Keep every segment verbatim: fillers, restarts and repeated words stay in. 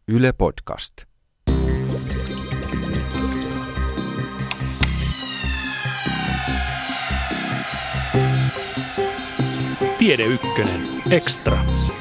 Yle Podcast. Tiede Ykkönen Extra.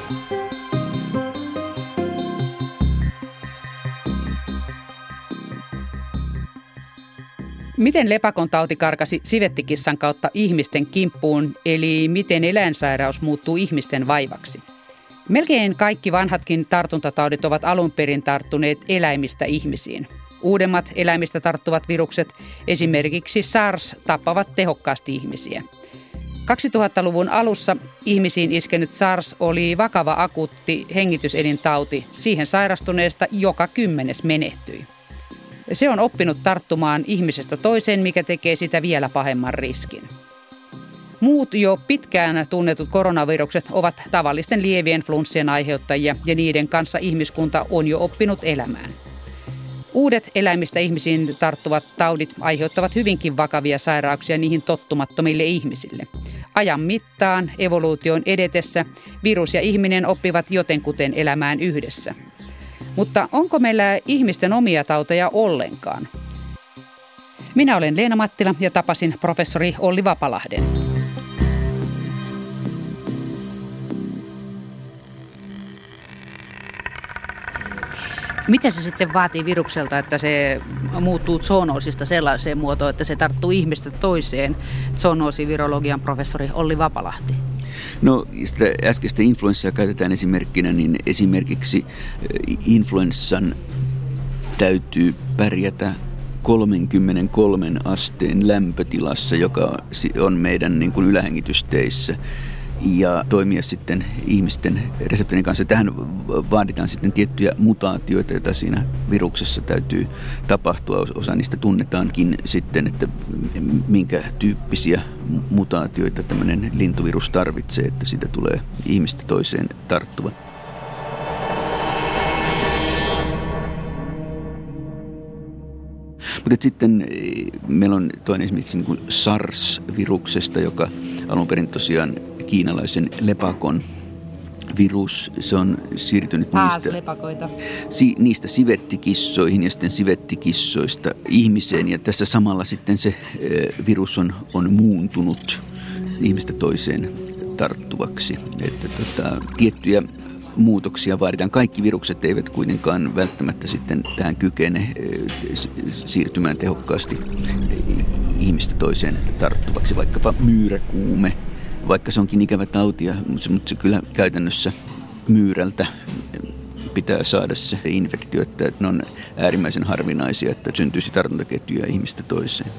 Miten lepakon tauti karkasi sivettikissan kautta ihmisten kimppuun, eli miten eläinsairaus muuttuu ihmisten vaivaksi? Melkein kaikki vanhatkin tartuntataudit ovat alun perin tarttuneet eläimistä ihmisiin. Uudemmat eläimistä tarttuvat virukset, esimerkiksi SARS, tappavat tehokkaasti ihmisiä. kaksituhattaluvun alussa ihmisiin iskenyt SARS oli vakava akuutti hengityselintauti. Siihen sairastuneesta joka kymmenes menehtyi. Se on oppinut tarttumaan ihmisestä toiseen, mikä tekee sitä vielä pahemman riskin. Muut jo pitkään tunnetut koronavirukset ovat tavallisten lievien flunssien aiheuttajia ja niiden kanssa ihmiskunta on jo oppinut elämään. Uudet eläimistä ihmisiin tarttuvat taudit aiheuttavat hyvinkin vakavia sairauksia niihin tottumattomille ihmisille. Ajan mittaan, evoluution edetessä, virus ja ihminen oppivat jotenkuten elämään yhdessä. Mutta onko meillä ihmisten omia tauteja ollenkaan? Minä olen Leena Mattila ja tapasin professori Olli Vapalahden. Mitä se sitten vaatii virukselta, että se muuttuu zoonoosista sellaiseen muotoon, että se tarttuu ihmistä toiseen? Zoonoosivirologian professori Olli Vapalahti. No, sitä äskeistä influenssaa käytetään esimerkkinä, niin esimerkiksi influenssan täytyy pärjätä kolmekymmentäkolme asteen lämpötilassa, joka on meidän niin kuin ylähengitysteissä, ja toimia sitten ihmisten reseptorin kanssa. Tähän vaaditaan sitten tiettyjä mutaatioita, joita siinä viruksessa täytyy tapahtua. Osa niistä tunnetaankin sitten, että minkä tyyppisiä mutaatioita tämmöinen lintuvirus tarvitsee, että siitä tulee ihmistä toiseen tarttuva. Mutta sitten meillä on toinen esimerkiksi niin kuin SARS-viruksesta, joka alun perin tosiaan kiinalaisen lepakon virus, se on siirtynyt niistä, si, niistä sivettikissoihin ja sitten sivettikissoista ihmiseen. Ja tässä samalla sitten se e, virus on, on muuntunut ihmistä toiseen tarttuvaksi. Että tota, tiettyjä muutoksia vaaditaan. Kaikki virukset eivät kuitenkaan välttämättä sitten tähän kykene siirtymään tehokkaasti ihmistä toiseen tarttuvaksi. Vaikkapa myyräkuume, vaikka se onkin ikävä tautia, mutta se kyllä käytännössä myyrältä pitää saada se infektio, että ne on äärimmäisen harvinaisia, että syntyisi tartuntaketjuja ihmistä toiseen.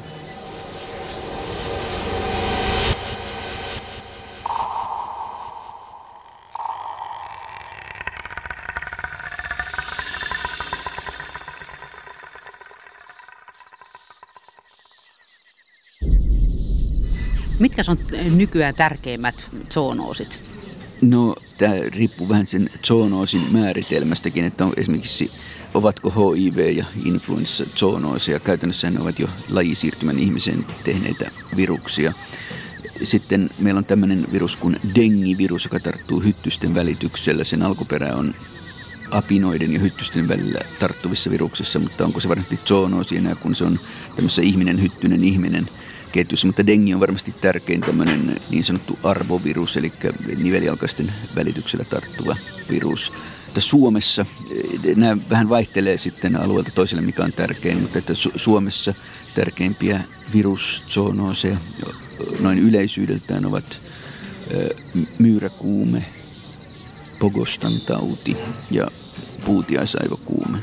Mitkä on nykyään tärkeimmät zoonoosit? No, tämä riippuu vähän sen zoonoosin määritelmästäkin, että on esimerkiksi ovatko H I V ja influenssa zoonooseja. Käytännössä ne ovat jo lajisiirtymän ihmiseen tehneitä viruksia. Sitten meillä on tämmöinen virus kuin dengivirus, joka tarttuu hyttysten välityksellä. Sen alkuperä on apinoiden ja hyttysten välillä tarttuvissa viruksissa, mutta onko se varsinaisesti zoonoosi enää, kun se on tämmöisessä ihminen-hyttynen ihminen ketjussa, mutta dengi on varmasti tärkein tämmöinen niin sanottu arbovirus, eli nivelijalkaisten välityksellä tarttuva virus. Että Suomessa, nämä vähän vaihtelee sitten alueelta toiselle, mikä on tärkein, mutta että Su- Suomessa tärkeimpiä viruszoonooseja noin yleisyydeltään ovat myyräkuume, Pogostan tauti ja puutiaisaivokuume.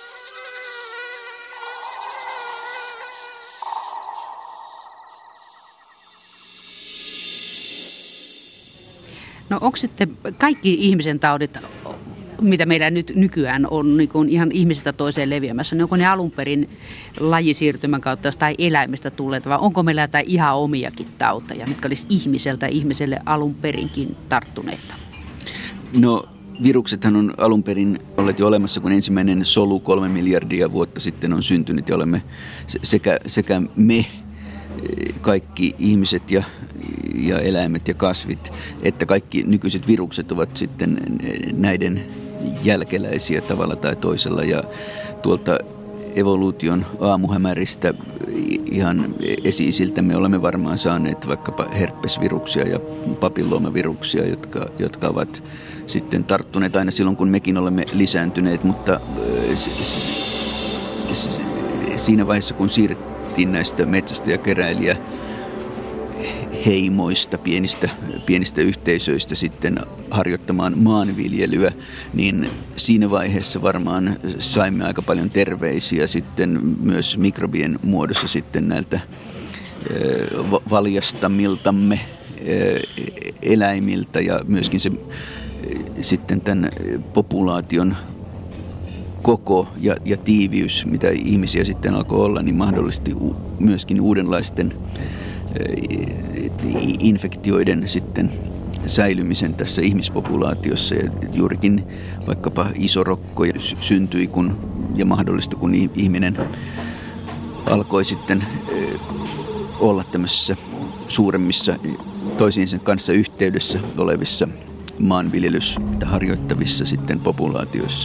No onko sitten kaikki ihmisen taudit, mitä meillä nyt nykyään on niin kuin ihan ihmisestä toiseen leviämässä, niin onko ne alun perin lajisiirtymän kautta tai eläimistä tulleet, vai onko meillä jotain ihan omiakin tauteja, mitkä olisi ihmiseltä ihmiselle alun perinkin tarttuneita? No viruksethan on alun perin olleet jo olemassa, kun ensimmäinen solu kolme miljardia vuotta sitten on syntynyt ja olemme sekä, sekä me, kaikki ihmiset ja, ja eläimet ja kasvit, että kaikki nykyiset virukset ovat sitten näiden jälkeläisiä tavalla tai toisella. Ja tuolta evoluution aamuhämäristä ihan esi-isiltä me olemme varmaan saaneet vaikkapa herpesviruksia ja papilloomaviruksia, jotka, jotka ovat sitten tarttuneet aina silloin, kun mekin olemme lisääntyneet, mutta siinä vaiheessa, kun siirrettiin näistä metsästä ja keräilijä heimoista, pienistä, pienistä yhteisöistä sitten harjoittamaan maanviljelyä, niin siinä vaiheessa varmaan saimme aika paljon terveisiä sitten myös mikrobien muodossa sitten näiltä valjastamiltamme eläimiltä ja myöskin se sitten tämän populaation koko ja, ja tiiviys, mitä ihmisiä sitten alkoi olla, niin mahdollisti myöskin uudenlaisten infektioiden sitten säilymisen tässä ihmispopulaatiossa. Ja juurikin vaikkapa isorokko syntyi kun, ja mahdollistui, kun ihminen alkoi sitten olla tämmöisissä suuremmissa toisiinsa kanssa yhteydessä olevissa maanviljelystä harjoittavissa sitten populaatioissa.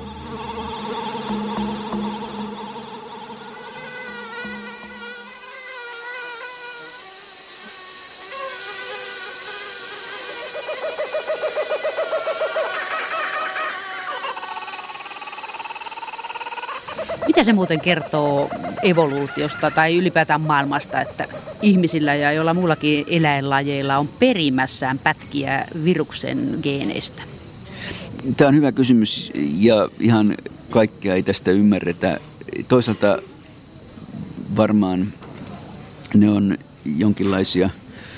Mitä se muuten kertoo evoluutiosta tai ylipäätään maailmasta, että ihmisillä ja joilla muullakin eläinlajeilla on perimässään pätkiä viruksen geeneistä? Tämä on hyvä kysymys ja ihan kaikkea ei tästä ymmärretä. Toisaalta varmaan ne on jonkinlaisia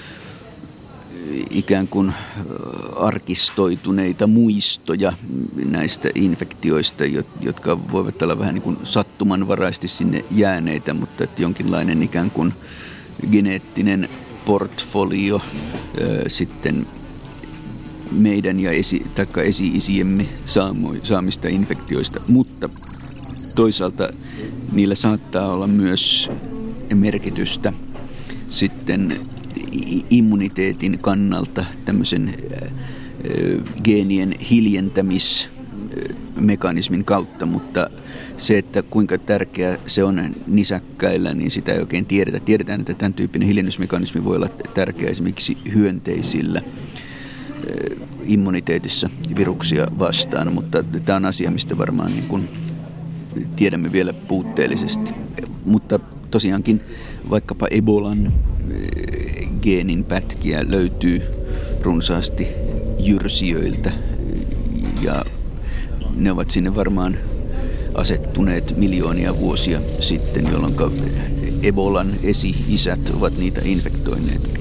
ikään kuin arkistoituneita muistoja näistä infektioista, jotka voivat olla vähän niin kuin sattumanvaraisesti sinne jääneitä, mutta että jonkinlainen ikään kuin geneettinen portfolio sitten meidän ja esi- taikka esi-isiemme saamista infektioista, mutta toisaalta niillä saattaa olla myös merkitystä sitten immuniteetin kannalta tämmöisen geenien hiljentämismekanismin kautta, mutta se, että kuinka tärkeä se on nisäkkäillä, niin sitä ei oikein tiedetä. Tiedetään, että tämän tyyppinen hiljennysmekanismi voi olla tärkeä esimerkiksi hyönteisillä immuniteetissa viruksia vastaan, mutta tämä on asia, mistä varmaan niin kuin tiedämme vielä puutteellisesti. Mutta tosiaankin vaikkapa Ebolan geenin pätkiä löytyy runsaasti jyrsijöiltä ja ne ovat sinne varmaan asettuneet miljoonia vuosia sitten, jolloin Ebolan esi-isät ovat niitä infektoineet.